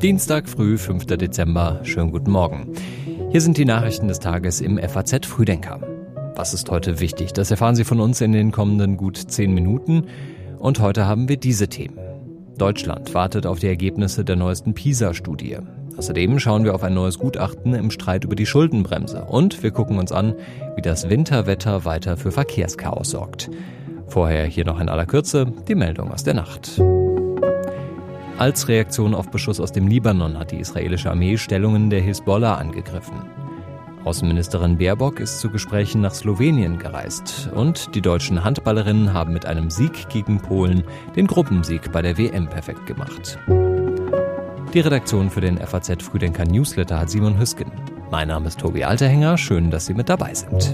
Dienstag früh, 5. Dezember. Schönen guten Morgen. Hier sind die Nachrichten des Tages im FAZ Frühdenker. Was ist heute wichtig? Das erfahren Sie von uns in den kommenden gut 10 Minuten. Und heute haben wir diese Themen. Deutschland wartet auf die Ergebnisse der neuesten PISA-Studie. Außerdem schauen wir auf ein neues Gutachten im Streit über die Schuldenbremse. Und wir gucken uns an, wie das Winterwetter weiter für Verkehrschaos sorgt. Vorher hier noch in aller Kürze die Meldung aus der Nacht. Als Reaktion auf Beschuss aus dem Libanon hat die israelische Armee Stellungen der Hisbollah angegriffen. Außenministerin Baerbock ist zu Gesprächen nach Slowenien gereist. Und die deutschen Handballerinnen haben mit einem Sieg gegen Polen den Gruppensieg bei der WM perfekt gemacht. Die Redaktion für den FAZ Frühdenker Newsletter hat Simon Hüsken. Mein Name ist Tobi Alterhänger. Schön, dass Sie mit dabei sind.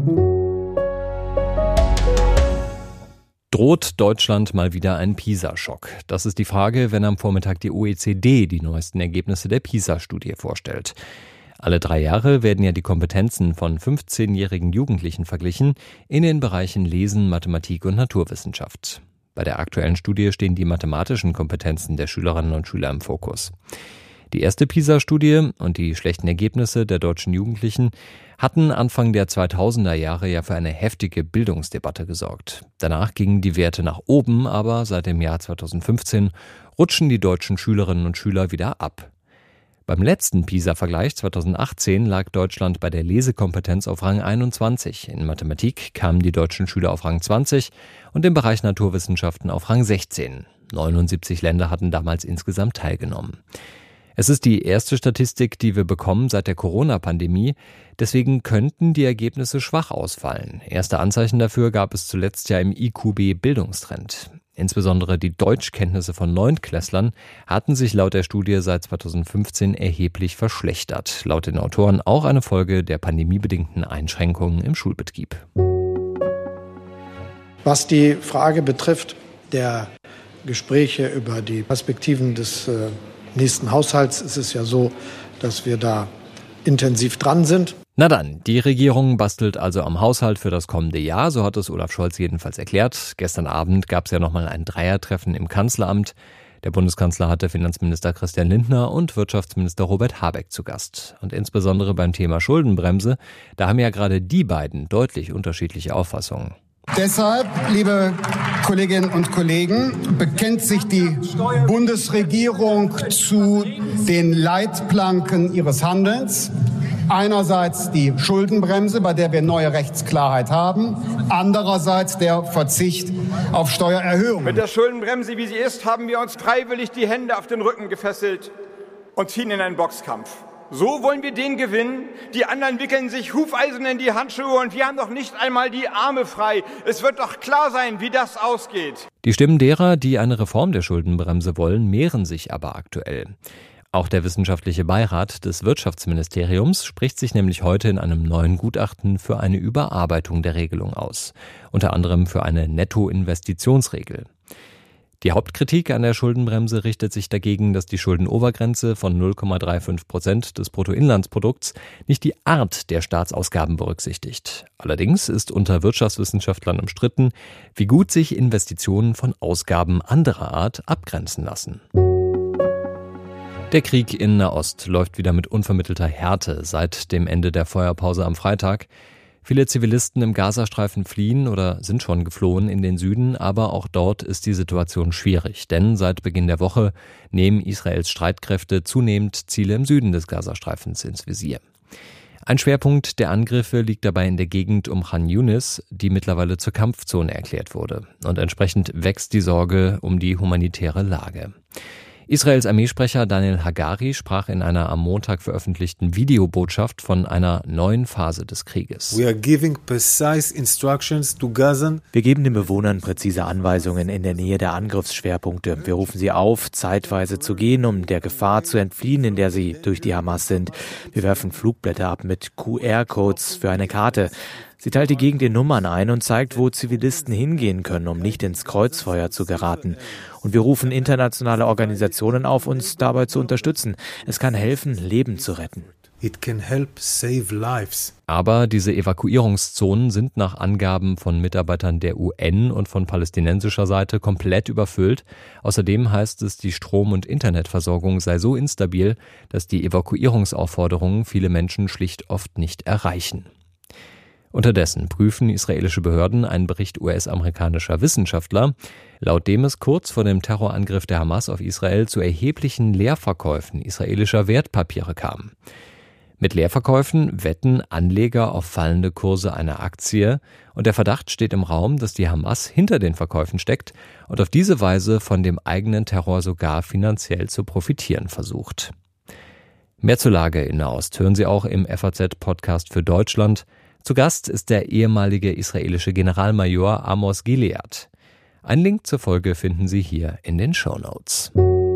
Droht Deutschland mal wieder ein PISA-Schock? Das ist die Frage, wenn am Vormittag die OECD die neuesten Ergebnisse der PISA-Studie vorstellt. Alle 3 Jahre werden ja die Kompetenzen von 15-jährigen Jugendlichen verglichen in den Bereichen Lesen, Mathematik und Naturwissenschaft. Bei der aktuellen Studie stehen die mathematischen Kompetenzen der Schülerinnen und Schüler im Fokus. Die erste PISA-Studie und die schlechten Ergebnisse der deutschen Jugendlichen hatten Anfang der 2000er Jahre ja für eine heftige Bildungsdebatte gesorgt. Danach gingen die Werte nach oben, aber seit dem Jahr 2015 rutschen die deutschen Schülerinnen und Schüler wieder ab. Beim letzten PISA-Vergleich 2018 lag Deutschland bei der Lesekompetenz auf Rang 21. In Mathematik kamen die deutschen Schüler auf Rang 20 und im Bereich Naturwissenschaften auf Rang 16. 79 Länder hatten damals insgesamt teilgenommen. Es ist die erste Statistik, die wir bekommen seit der Corona-Pandemie. Deswegen könnten die Ergebnisse schwach ausfallen. Erste Anzeichen dafür gab es zuletzt ja im IQB-Bildungstrend. Insbesondere die Deutschkenntnisse von Neuntklässlern hatten sich laut der Studie seit 2015 erheblich verschlechtert. Laut den Autoren auch eine Folge der pandemiebedingten Einschränkungen im Schulbetrieb. Was die Frage betrifft der Gespräche über die Perspektiven des nächsten Haushalts, ist es ja so, dass wir da intensiv dran sind. Na dann, die Regierung bastelt also am Haushalt für das kommende Jahr, so hat es Olaf Scholz jedenfalls erklärt. Gestern Abend gab es ja nochmal ein Dreiertreffen im Kanzleramt. Der Bundeskanzler hatte Finanzminister Christian Lindner und Wirtschaftsminister Robert Habeck zu Gast. Und insbesondere beim Thema Schuldenbremse, da haben ja gerade die beiden deutlich unterschiedliche Auffassungen. Deshalb, liebe Kolleginnen und Kollegen, bekennt sich die Bundesregierung zu den Leitplanken ihres Handelns. Einerseits die Schuldenbremse, bei der wir neue Rechtsklarheit haben. Andererseits der Verzicht auf Steuererhöhungen. Mit der Schuldenbremse, wie sie ist, haben wir uns freiwillig die Hände auf den Rücken gefesselt und ziehen in einen Boxkampf. So wollen wir den gewinnen. Die anderen wickeln sich Hufeisen in die Handschuhe und wir haben noch nicht einmal die Arme frei. Es wird doch klar sein, wie das ausgeht. Die Stimmen derer, die eine Reform der Schuldenbremse wollen, mehren sich aber aktuell. Auch der wissenschaftliche Beirat des Wirtschaftsministeriums spricht sich nämlich heute in einem neuen Gutachten für eine Überarbeitung der Regelung aus. Unter anderem für eine Nettoinvestitionsregel. Die Hauptkritik an der Schuldenbremse richtet sich dagegen, dass die Schuldenobergrenze von 0,35% des Bruttoinlandsprodukts nicht die Art der Staatsausgaben berücksichtigt. Allerdings ist unter Wirtschaftswissenschaftlern umstritten, wie gut sich Investitionen von Ausgaben anderer Art abgrenzen lassen. Der Krieg in Nahost läuft wieder mit unvermittelter Härte seit dem Ende der Feuerpause am Freitag. Viele Zivilisten im Gazastreifen fliehen oder sind schon geflohen in den Süden, aber auch dort ist die Situation schwierig, denn seit Beginn der Woche nehmen Israels Streitkräfte zunehmend Ziele im Süden des Gazastreifens ins Visier. Ein Schwerpunkt der Angriffe liegt dabei in der Gegend um Khan Yunis, die mittlerweile zur Kampfzone erklärt wurde. Und entsprechend wächst die Sorge um die humanitäre Lage. Israels Armeesprecher Daniel Hagari sprach in einer am Montag veröffentlichten Videobotschaft von einer neuen Phase des Krieges. Wir geben den Bewohnern präzise Anweisungen in der Nähe der Angriffsschwerpunkte. Wir rufen sie auf, zeitweise zu gehen, um der Gefahr zu entfliehen, in der sie durch die Hamas sind. Wir werfen Flugblätter ab mit QR-Codes für eine Karte. Sie teilt die Gegend in Nummern ein und zeigt, wo Zivilisten hingehen können, um nicht ins Kreuzfeuer zu geraten. Und wir rufen internationale Organisationen auf, uns dabei zu unterstützen. Es kann helfen, Leben zu retten. It can help save lives. Aber diese Evakuierungszonen sind nach Angaben von Mitarbeitern der UN und von palästinensischer Seite komplett überfüllt. Außerdem heißt es, die Strom- und Internetversorgung sei so instabil, dass die Evakuierungsaufforderungen viele Menschen schlicht oft nicht erreichen. Unterdessen prüfen israelische Behörden einen Bericht US-amerikanischer Wissenschaftler, laut dem es kurz vor dem Terrorangriff der Hamas auf Israel zu erheblichen Leerverkäufen israelischer Wertpapiere kam. Mit Leerverkäufen wetten Anleger auf fallende Kurse einer Aktie und der Verdacht steht im Raum, dass die Hamas hinter den Verkäufen steckt und auf diese Weise von dem eigenen Terror sogar finanziell zu profitieren versucht. Mehr zur Lage in Nahost hören Sie auch im FAZ-Podcast für Deutschland. Zu Gast ist der ehemalige israelische Generalmajor Amos Gilead. Einen Link zur Folge finden Sie hier in den Shownotes.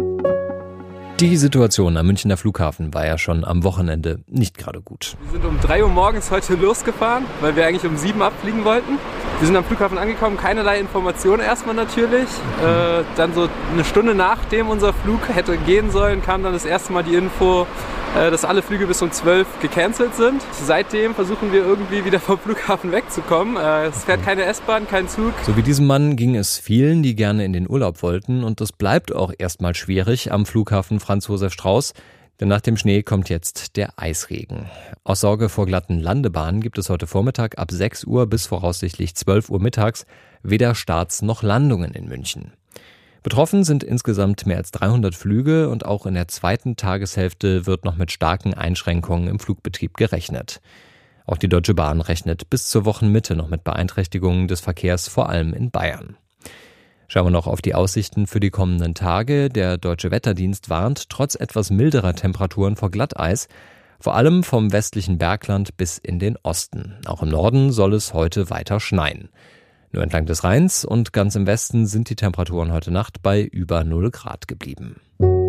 Die Situation am Münchner Flughafen war ja schon am Wochenende nicht gerade gut. Wir sind um 3 Uhr morgens heute losgefahren, weil wir eigentlich um 7 abfliegen wollten. Wir sind am Flughafen angekommen, keinerlei Informationen erstmal natürlich. Dann so eine Stunde nachdem unser Flug hätte gehen sollen, kam dann das erste Mal die Info, dass alle Flüge bis um 12 gecancelt sind. Seitdem versuchen wir irgendwie wieder vom Flughafen wegzukommen. Es fährt keine S-Bahn, kein Zug. So wie diesem Mann ging es vielen, die gerne in den Urlaub wollten. Und das bleibt auch erstmal schwierig am Flughafen Franz Josef Strauß. Denn nach dem Schnee kommt jetzt der Eisregen. Aus Sorge vor glatten Landebahnen gibt es heute Vormittag ab 6 Uhr bis voraussichtlich 12 Uhr mittags weder Starts noch Landungen in München. Betroffen sind insgesamt mehr als 300 Flüge und auch in der zweiten Tageshälfte wird noch mit starken Einschränkungen im Flugbetrieb gerechnet. Auch die Deutsche Bahn rechnet bis zur Wochenmitte noch mit Beeinträchtigungen des Verkehrs, vor allem in Bayern. Schauen wir noch auf die Aussichten für die kommenden Tage. Der Deutsche Wetterdienst warnt trotz etwas milderer Temperaturen vor Glatteis, vor allem vom westlichen Bergland bis in den Osten. Auch im Norden soll es heute weiter schneien. Nur entlang des Rheins und ganz im Westen sind die Temperaturen heute Nacht bei über 0 Grad geblieben.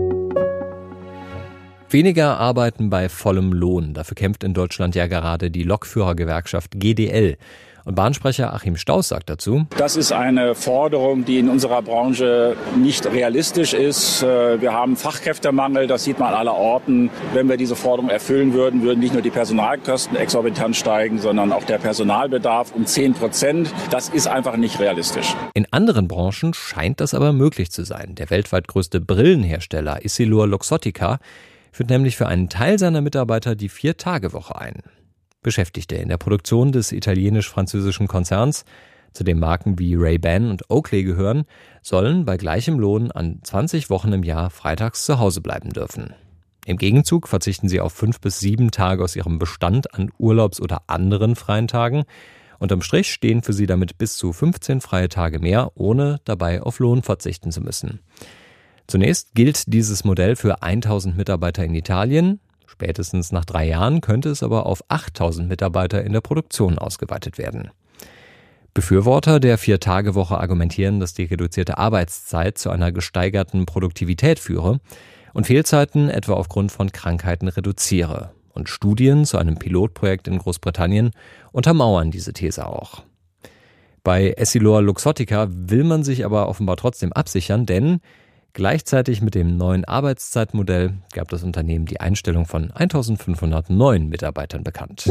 Weniger arbeiten bei vollem Lohn. Dafür kämpft in Deutschland ja gerade die Lokführergewerkschaft GDL. Und Bahnsprecher Achim Stauß sagt dazu: Das ist eine Forderung, die in unserer Branche nicht realistisch ist. Wir haben Fachkräftemangel, das sieht man an aller Orten. Wenn wir diese Forderung erfüllen würden, würden nicht nur die Personalkosten exorbitant steigen, sondern auch der Personalbedarf um 10%. Das ist einfach nicht realistisch. In anderen Branchen scheint das aber möglich zu sein. Der weltweit größte Brillenhersteller EssilorLuxottica führt nämlich für einen Teil seiner Mitarbeiter die 4-Tage-Woche ein. Beschäftigte in der Produktion des italienisch-französischen Konzerns, zu dem Marken wie Ray-Ban und Oakley gehören, sollen bei gleichem Lohn an 20 Wochen im Jahr freitags zu Hause bleiben dürfen. Im Gegenzug verzichten sie auf 5 bis 7 Tage aus ihrem Bestand an Urlaubs- oder anderen freien Tagen. Unterm Strich stehen für sie damit bis zu 15 freie Tage mehr, ohne dabei auf Lohn verzichten zu müssen. Zunächst gilt dieses Modell für 1000 Mitarbeiter in Italien. Spätestens nach 3 Jahren könnte es aber auf 8000 Mitarbeiter in der Produktion ausgeweitet werden. Befürworter der 4-Tage-Woche argumentieren, dass die reduzierte Arbeitszeit zu einer gesteigerten Produktivität führe und Fehlzeiten etwa aufgrund von Krankheiten reduziere. Und Studien zu einem Pilotprojekt in Großbritannien untermauern diese These auch. Bei EssilorLuxottica will man sich aber offenbar trotzdem absichern, denn gleichzeitig mit dem neuen Arbeitszeitmodell gab das Unternehmen die Einstellung von 1500 neuen Mitarbeitern bekannt.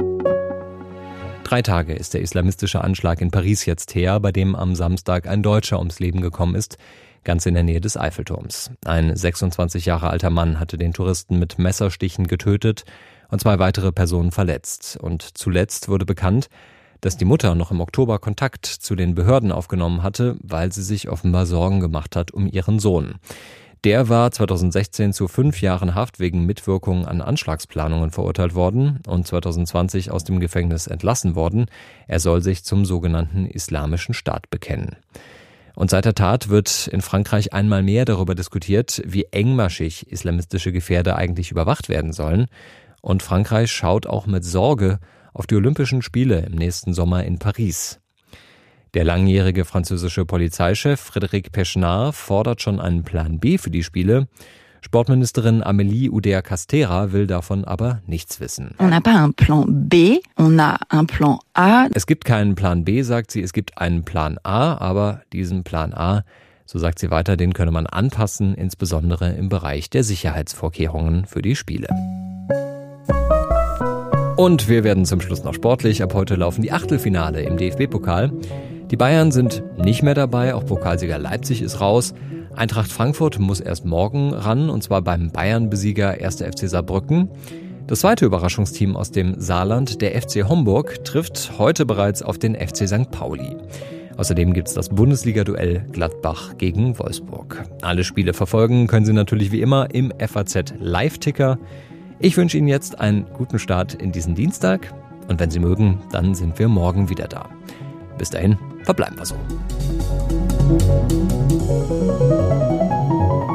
3 Tage ist der islamistische Anschlag in Paris jetzt her, bei dem am Samstag ein Deutscher ums Leben gekommen ist, ganz in der Nähe des Eiffelturms. Ein 26 Jahre alter Mann hatte den Touristen mit Messerstichen getötet und 2 weitere Personen verletzt. Und zuletzt wurde bekannt, dass die Mutter noch im Oktober Kontakt zu den Behörden aufgenommen hatte, weil sie sich offenbar Sorgen gemacht hat um ihren Sohn. Der war 2016 zu 5 Jahren Haft wegen Mitwirkung an Anschlagsplanungen verurteilt worden und 2020 aus dem Gefängnis entlassen worden. Er soll sich zum sogenannten Islamischen Staat bekennen. Und seit der Tat wird in Frankreich einmal mehr darüber diskutiert, wie engmaschig islamistische Gefährder eigentlich überwacht werden sollen. Und Frankreich schaut auch mit Sorge auf die Olympischen Spiele im nächsten Sommer in Paris. Der langjährige französische Polizeichef Frédéric Pechnard fordert schon einen Plan B für die Spiele. Sportministerin Amélie Oudéa-Castéra will davon aber nichts wissen. On n'a pas un plan B, on a un plan A. Es gibt keinen Plan B, sagt sie, es gibt einen Plan A, aber diesen Plan A, so sagt sie weiter, den könne man anpassen, insbesondere im Bereich der Sicherheitsvorkehrungen für die Spiele. Und wir werden zum Schluss noch sportlich. Ab heute laufen die Achtelfinale im DFB-Pokal. Die Bayern sind nicht mehr dabei, auch Pokalsieger Leipzig ist raus. Eintracht Frankfurt muss erst morgen ran, und zwar beim Bayern-Besieger 1. FC Saarbrücken. Das zweite Überraschungsteam aus dem Saarland, der FC Homburg, trifft heute bereits auf den FC St. Pauli. Außerdem gibt's das Bundesliga-Duell Gladbach gegen Wolfsburg. Alle Spiele verfolgen können Sie natürlich wie immer im FAZ Live-Ticker. Ich wünsche Ihnen jetzt einen guten Start in diesen Dienstag. Und wenn Sie mögen, dann sind wir morgen wieder da. Bis dahin, verbleiben wir so.